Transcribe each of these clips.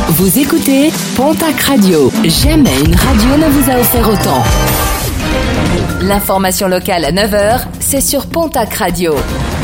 Vous écoutez Pontac Radio. Jamais une radio ne vous a offert autant. L'information locale à 9h, c'est sur Pontac Radio.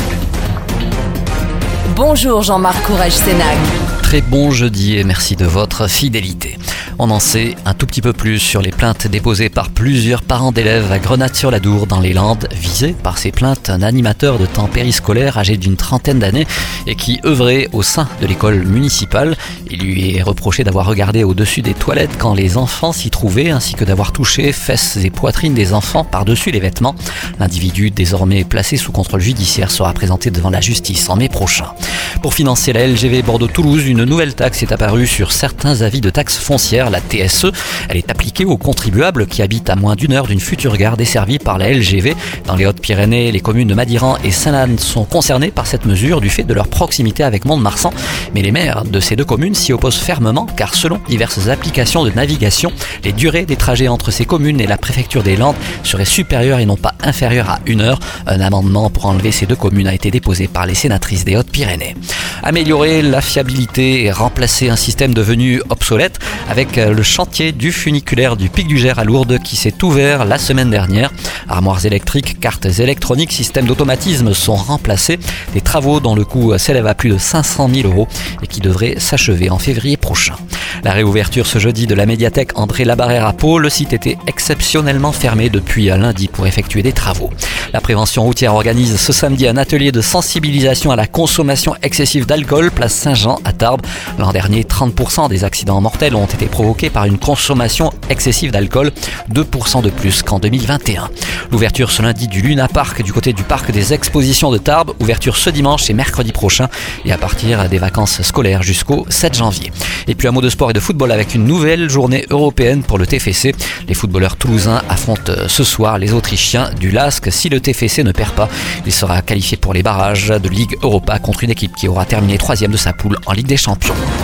Bonjour Jean-Marc Courage-Sénac. Très bon jeudi et merci de votre fidélité. On en sait un tout petit peu plus sur les plaintes déposées par plusieurs parents d'élèves à Grenade-sur-l'Adour dans les Landes. Visé par ces plaintes, un animateur de temps périscolaire âgé d'une trentaine d'années et qui œuvrait au sein de l'école municipale. Il lui est reproché d'avoir regardé au-dessus des toilettes quand les enfants s'y trouvaient, ainsi que d'avoir touché fesses et poitrines des enfants par-dessus les vêtements. L'individu, désormais placé sous contrôle judiciaire, sera présenté devant la justice en mai prochain. Pour financer la LGV Bordeaux-Toulouse, une nouvelle taxe est apparue sur certains avis de taxes foncières, la TSE. Elle est appliquée aux contribuables qui habitent à moins d'une heure d'une future gare desservie par la LGV. Dans les Hautes-Pyrénées, les communes de Madiran et Sainte-Anne sont concernées par cette mesure du fait de leur proximité avec Mont-de-Marsan. Mais les maires de ces deux communes s'y opposent fermement car selon diverses applications de navigation, les durées des trajets entre ces communes et la préfecture des Landes seraient supérieures et non pas inférieures à une heure. Un amendement pour enlever ces deux communes a été déposé par les sénatrices des Hautes-Pyrénées. Améliorer la fiabilité et remplacer un système devenu obsolète avec le chantier du funiculaire du Pic du Gers à Lourdes qui s'est ouvert la semaine dernière. Armoires électriques, cartes électroniques, systèmes d'automatisme sont remplacés. Des travaux dont le coût s'élève à plus de 500 000 € et qui devraient s'achever en février prochain. La réouverture ce jeudi de la médiathèque André Labarrère à Pau. Le site était exceptionnellement fermé depuis lundi pour effectuer des travaux. La prévention routière organise ce samedi un atelier de sensibilisation à la consommation excessive d'alcool, place Saint-Jean à Tarbes. L'an dernier, 30% des accidents mortels ont été provoqués par une consommation excessive d'alcool, 2% de plus qu'en 2021. L'ouverture ce lundi du Luna Park du côté du parc des expositions de Tarbes, ouverture ce dimanche et mercredi prochain et à partir des vacances scolaires jusqu'au 7 janvier. Et puis un mot de sport et de football avec une nouvelle journée européenne pour le TFC. Les footballeurs toulousains affrontent ce soir les Autrichiens du LASK. Si le TFC ne perd pas, il sera qualifié pour les barrages de Ligue Europa contre une équipe qui aura terminé 3e de sa poule en Ligue des Champions.